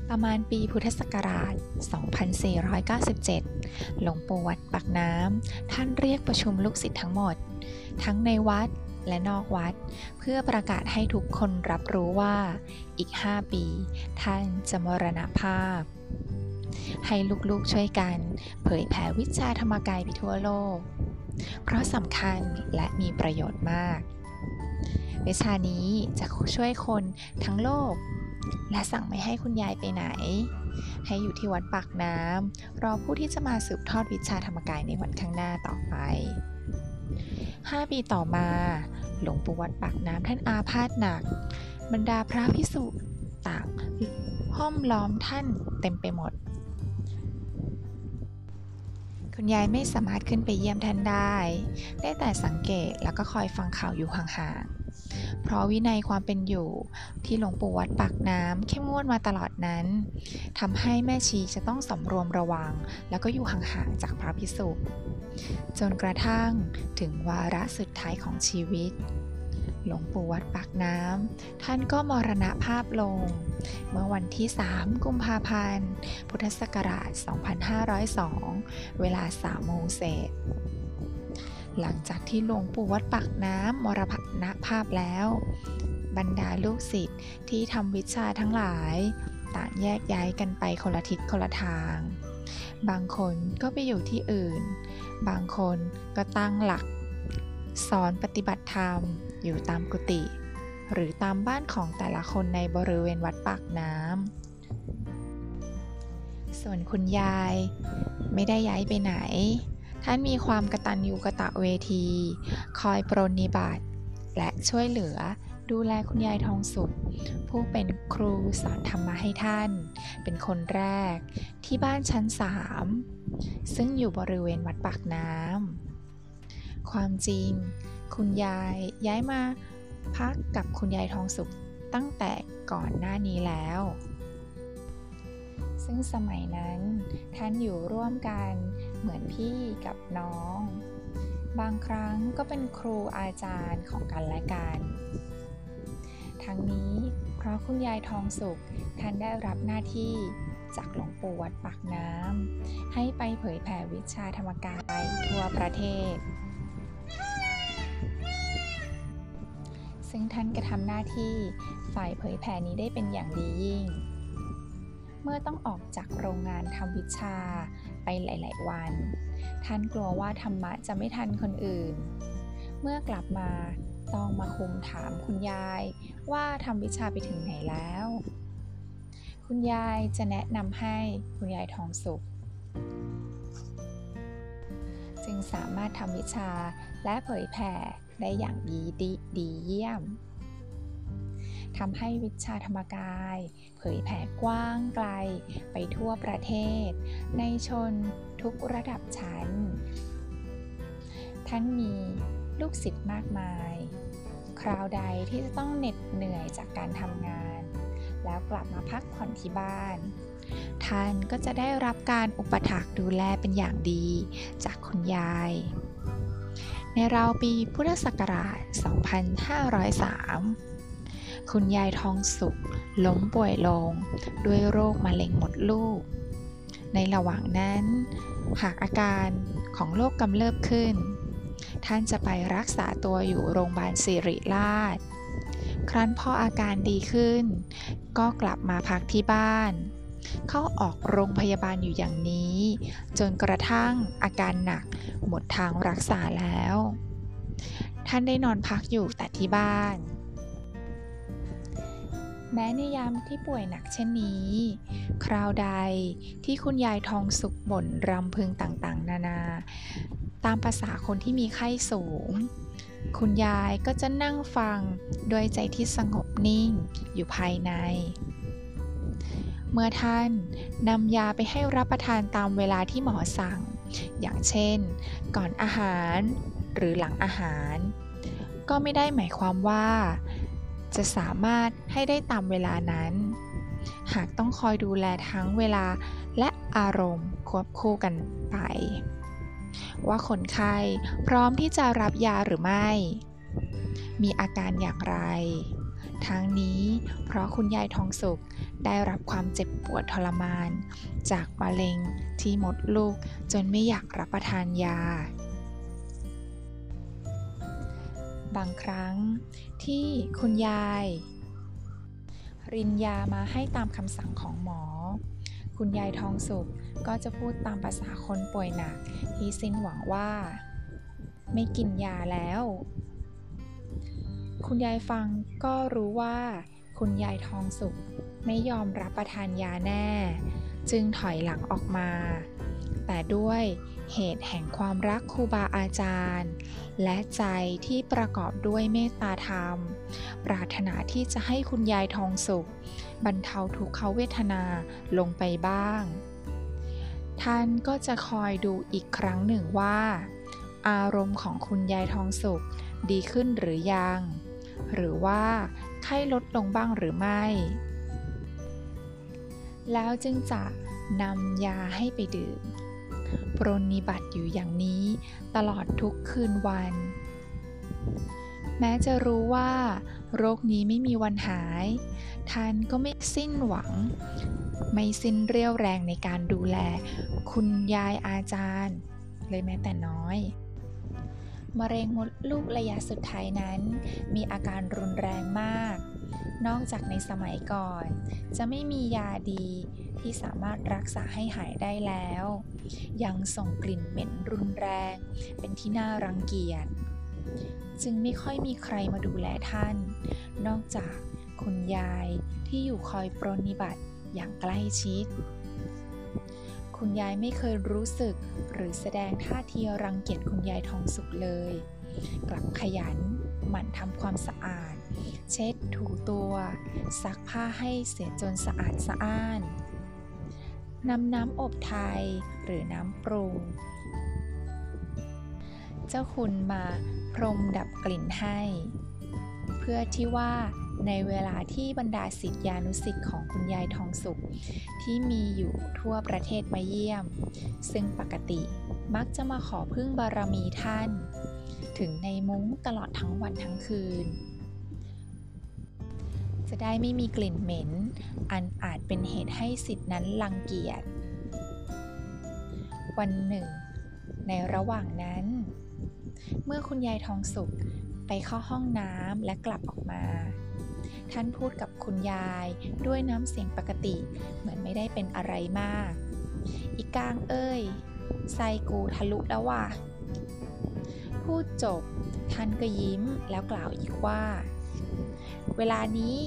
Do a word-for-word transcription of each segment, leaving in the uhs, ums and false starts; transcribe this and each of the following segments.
ประมาณปีพุทธศักราช สองพันสี่ร้อยเก้าสิบเจ็ด หลวงปู่วัดปากน้ำท่านเรียกประชุมลูกศิษย์ทั้งหมด ทั้งในวัดและนอกวัด เพื่อประกาศให้ทุกคนรับรู้ว่าอีก ห้า ปีท่านจะมรณภาพ ให้ลูกๆช่วยกันเผยแผ่วิชาธรรมกายไปทั่วโลก เพราะสำคัญและมีประโยชน์มาก วิชานี้จะช่วยคนทั้งโลกและสั่งไม่ให้คุณยายไปไหนให้อยู่ที่วัดปากน้ำรอผู้ที่จะมาสืบทอดวิชาธรรมกายในวันข้างหน้าต่อไป ห้า ปีต่อมาหลวงปู่วัดปากน้ำท่านอาพาธหนักบรรดาพระภิกษุต่างห้อมล้อมท่านเต็มไปหมดคุณยายไม่สามารถขึ้นไปเยี่ยมท่านได้ได้แต่สังเกตแล้วก็คอยฟังข่าวอยู่ห่างๆเพราะวินัยความเป็นอยู่ที่หลวงปู่วัดปากน้ำเข้มงวดมาตลอดนั้นทำให้แม่ชีจะต้องสำรวมระวังแล้วก็อยู่ห่างๆจากพระภิกษุจนกระทั่งถึงวาระสุดท้ายของชีวิตหลวงปู่วัดปากน้ำท่านก็มรณภาพลงเมื่อวันที่ สาม กุมภาพันธ์ พุทธศักราช สองพันห้าร้อยสอง เวลา สาม โมงเศษหลังจากที่หลวงปู่วัดปากน้ำมรณภาพแล้วบรรดาลูกศิษย์ที่ทำวิชาทั้งหลายต่างแยกย้ายกันไปคนละทิศคนละทางบางคนก็ไปอยู่ที่อื่นบางคนก็ตั้งหลักสอนปฏิบัติธรรมอยู่ตามกุฏิหรือตามบ้านของแต่ละคนในบริเวณวัดปากน้ำส่วนคุณยายไม่ได้ย้ายไปไหนท่านมีความกตัญญูกตเวทีคอยปรนนิบัติและช่วยเหลือดูแลคุณยายทองสุขผู้เป็นครูสอนธรรมะให้ท่านเป็นคนแรกที่บ้านชั้นสามซึ่งอยู่บริเวณวัดปากน้ำความจริงคุณยายย้ายมาพักกับคุณยายทองสุขตั้งแต่ก่อนหน้านี้แล้วซึ่งสมัยนั้นท่านอยู่ร่วมกันเหมือนพี่กับน้องบางครั้งก็เป็นครูอาจารย์ของกันและกันทั้งนี้เพราะคุณยายทองสุขท่านได้รับหน้าที่จากหลวงปู่วัดปากน้ำให้ไปเผยแผ่วิชาธรรมกายทั่วประเทศซึ่งท่านกระทำหน้าที่ฝ่ายเผยแผ่นี้ได้เป็นอย่างดียิ่งเมื่อต้องออกจากโรงงานทำวิชาไปหลายๆวันท่านกลัวว่าธรรมะจะไม่ทันคนอื่นเมื่อกลับมาต้องมาคุมถามคุณยายว่าทำวิชาไปถึงไหนแล้วคุณยายจะแนะนำให้คุณยายทองสุขจึงสามารถทำวิชาและเผยแผ่ได้อย่างดีดีดีเยี่ยมทำให้วิชาธรรมกายเผยแผ่กว้างไกลไปทั่วประเทศในชนทุกระดับชั้นท่านมีลูกศิษย์มากมายคราวใดที่จะต้องเหน็ดเหนื่อยจากการทำงานแล้วกลับมาพักผ่อนที่บ้านท่านก็จะได้รับการอุปถัมภ์ดูแลเป็นอย่างดีจากคุณยายในราวปีพุทธศักราช สองพันห้าร้อยสาม คุณยายทองสุขล้มป่วยลงด้วยโรคมะเร็งมดลูกในระหว่างนั้นหากอาการของโรคกำเริบขึ้นท่านจะไปรักษาตัวอยู่โรงพยาบาลศิริราชครั้นพออาการดีขึ้นก็กลับมาพักที่บ้านเข้าออกโรงพยาบาลอยู่อย่างนี้จนกระทั่งอาการหนักหมดทางรักษาแล้วท่านได้นอนพักอยู่แต่ที่บ้านแม้ในยามที่ป่วยหนักเช่นนี้คราวใดที่คุณยายทองสุขบ่นรำพึงต่างๆนานาตามภาษาคนที่มีไข้สูงคุณยายก็จะนั่งฟังโดยใจที่สงบนิ่งอยู่ภายในเมื่อท่านนำยาไปให้รับประทานตามเวลาที่หมอสั่งอย่างเช่นก่อนอาหารหรือหลังอาหารก็ไม่ได้หมายความว่าจะสามารถให้ได้ตามเวลานั้นหากต้องคอยดูแลทั้งเวลาและอารมณ์ควบคู่กันไปว่าคนไข้พร้อมที่จะรับยาหรือไม่มีอาการอย่างไรทั้งนี้เพราะคุณยายทองสุขได้รับความเจ็บปวดทรมานจากมะเร็งที่มดลูกจนไม่อยากรับประทานยาบางครั้งที่คุณยายรินยามาให้ตามคำสั่งของหมอคุณยายทองสุขก็จะพูดตามภาษาคนป่วยหนักที่สิ้นหวังว่าไม่กินยาแล้วคุณยายฟังก็รู้ว่าคุณยายทองสุขไม่ยอมรับประทานยาแน่จึงถอยหลังออกมาแต่ด้วยเหตุแห่งความรักครูบาอาจารย์และใจที่ประกอบด้วยเมตตาธรรมปรารถนาที่จะให้คุณยายทองสุขบรรเทาทุกขเวทนาลงไปบ้างท่านก็จะคอยดูอีกครั้งหนึ่งว่าอารมณ์ของคุณยายทองสุขดีขึ้นหรือยังหรือว่าไข้ลดลงบ้างหรือไม่แล้วจึงจะนำยาให้ไปดื่มปรนนิบัติอยู่อย่างนี้ตลอดทุกคืนวันแม้จะรู้ว่าโรคนี้ไม่มีวันหายท่านก็ไม่สิ้นหวังไม่สิ้นเรี่ยวแรงในการดูแลคุณยายอาจารย์เลยแม้แต่น้อยมะเร็งมดลูกระยะสุดท้ายนั้นมีอาการรุนแรงมากนอกจากในสมัยก่อนจะไม่มียาดีที่สามารถรักษาให้หายได้แล้วยังส่งกลิ่นเหม็นรุนแรงเป็นที่น่ารังเกียจจึงไม่ค่อยมีใครมาดูแลท่านนอกจากคุณยายที่อยู่คอยปรนนิบัติอย่างใกล้ชิดคุณยายไม่เคยรู้สึกหรือแสดงท่าทีรังเกียจคุณยายทองสุขเลยกลับขยันหมั่นทำความสะอาดเช็ดถูตัวซักผ้าให้เสียจนสะอาดสะอ้านนำน้ำอบไทยหรือน้ำปรุงเจ้าคุณมาพรมดับกลิ่นให้เพื่อที่ว่าในเวลาที่บรรดาศิษยานุศิษย์ของคุณยายทองสุขที่มีอยู่ทั่วประเทศมาเยี่ยมซึ่งปกติมักจะมาขอพึ่งบารมีท่านถึงในมุ้งตลอดทั้งวันทั้งคืนจะได้ไม่มีกลิ่นเหม็นอันอาจเป็นเหตุให้ศิษย์นั้นรังเกียจวันหนึ่งในระหว่างนั้นเมื่อคุณยายทองสุขไปเข้าห้องน้ำและกลับออกมาท่านพูดกับคุณยายด้วยน้ำเสียงปกติเหมือนไม่ได้เป็นอะไรมากอีกางเอ้ยไส้กูทะลุแล้วว่ะพูดจบท่านก็ยิ้มแล้วกล่าวอีกว่าเวลานี้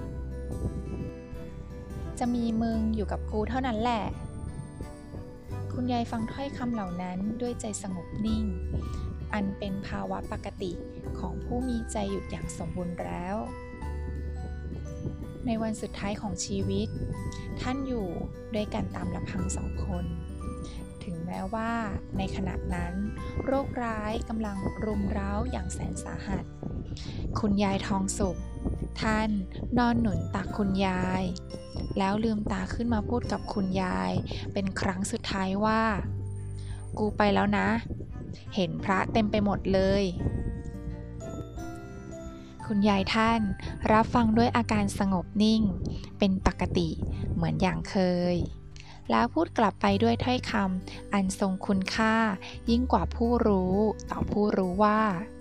จะมีมึงอยู่กับกูเท่านั้นแหละคุณยายฟังถ้อยคำเหล่านั้นด้วยใจสงบนิ่งอันเป็นภาวะปกติของผู้มีใจหยุดอย่างสมบูรณ์แล้วในวันสุดท้ายของชีวิตท่านอยู่ด้วยกันตามลำพังสองคนถึงแม้ว่าในขณะนั้นโรคร้ายกำลังรุมเร้าอย่างแสนสาหัสคุณยายทองสุขท่านนอนหนุนตักคุณยายแล้วลืมตาขึ้นมาพูดกับคุณยายเป็นครั้งสุดท้ายว่ากูไปแล้วนะเห็นพระเต็มไปหมดเลยคุณยายท่านรับฟังด้วยอาการสงบนิ่งเป็นปกติเหมือนอย่างเคยแล้วพูดกลับไปด้วยถ้อยคำอันทรงคุณค่ายิ่งกว่าผู้รู้ต่อผู้รู้ว่า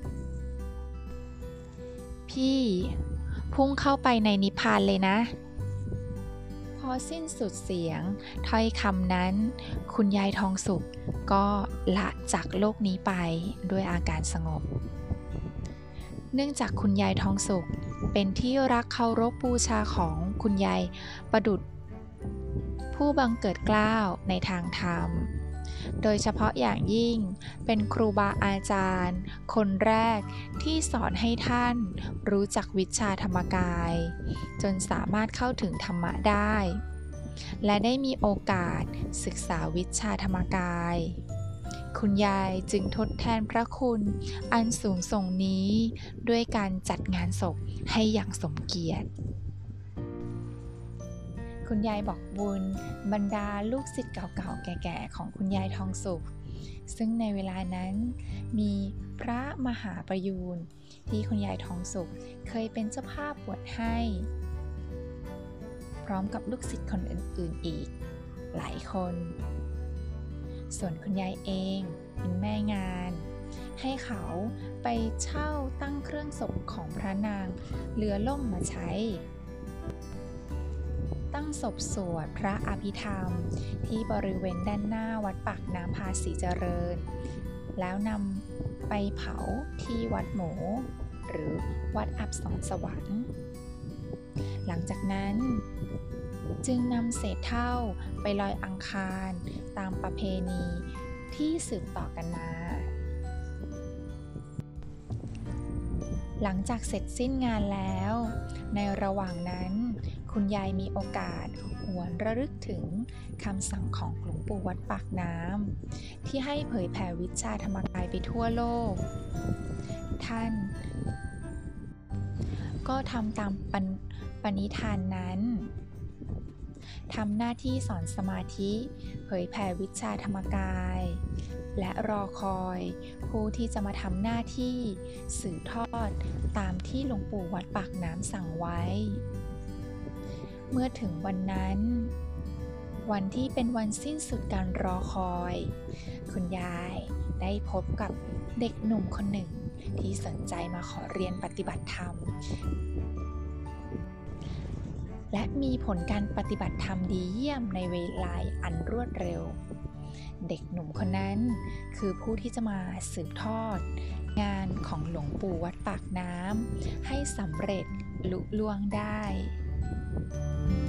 พี่พุ่งเข้าไปในนิพพานเลยนะพอสิ้นสุดเสียงถ้อยคำนั้นคุณยายทองสุขก็ละจากโลกนี้ไปด้วยอาการสงบเนื่องจากคุณยายทองสุขเป็นที่รักเคารพบูชาของคุณยายประดุจผู้บังเกิดเกล้าในทางธรรมโดยเฉพาะอย่างยิ่งเป็นครูบาอาจารย์คนแรกที่สอนให้ท่านรู้จักวิชาธรรมกายจนสามารถเข้าถึงธรรมะได้และได้มีโอกาสศึกษาวิชาธรรมกายคุณยายจึงทดแทนพระคุณอันสูงส่งนี้ด้วยการจัดงานศพให้อย่างสมเกียรติคุณยายบอกบุญบรรดาลูกศิษย์เก่าๆแก่ๆของคุณยายทองสุขซึ่งในเวลานั้นมีพระมหาประยูรที่คุณยายทองสุขเคยเป็นเจ้าภาพบวชให้ พร้อมกับลูกศิษย์คนอื่นๆอีกหลายคน ส่วนคุณยายเองเป็นแม่งานให้เขาไปเช่าตั้งเครื่องศพของพระนางเรือล่มมาใช้ ตั้งศพสวดพระอภิธรรมที่บริเวณด้านหน้าวัดปากน้ำภาษีเจริญแล้วนำไปเผาที่วัดหมูหรือวัดอับสรสวรรค์หลังจากนั้นจึงนำเศษเท่าไปลอยอังคารตามประเพณีที่สืบต่อกันมาหลังจากเสร็จสิ้นงานแล้วในระหว่างนั้นคุณยายมีโอกาสหวนระลึกถึงคำสั่งของหลวงปู่วัดปากน้ำที่ให้เผยแผ่วิชาธรรมกายไปทั่วโลกท่านก็ทำตามปณปณิธานนั้นทำหน้าที่สอนสมาธิเผยแผ่วิชาธรรมกายและรอคอยผู้ที่จะมาทำหน้าที่สืบทอดตามที่หลวงปู่วัดปากน้ำสั่งไว้เมื่อถึงวันนั้นวันที่เป็นวันสิ้นสุดการรอคอยคุณยายได้พบกับเด็กหนุ่มคนหนึ่งที่สนใจมาขอเรียนปฏิบัติธรรมและมีผลการปฏิบัติธรรมดีเยี่ยมในเวลาอันรวดเร็วเด็กหนุ่มคนนั้นคือผู้ที่จะมาสืบทอดงานของหลวงปู่วัดปากน้ำให้สำเร็จลุล่วงได้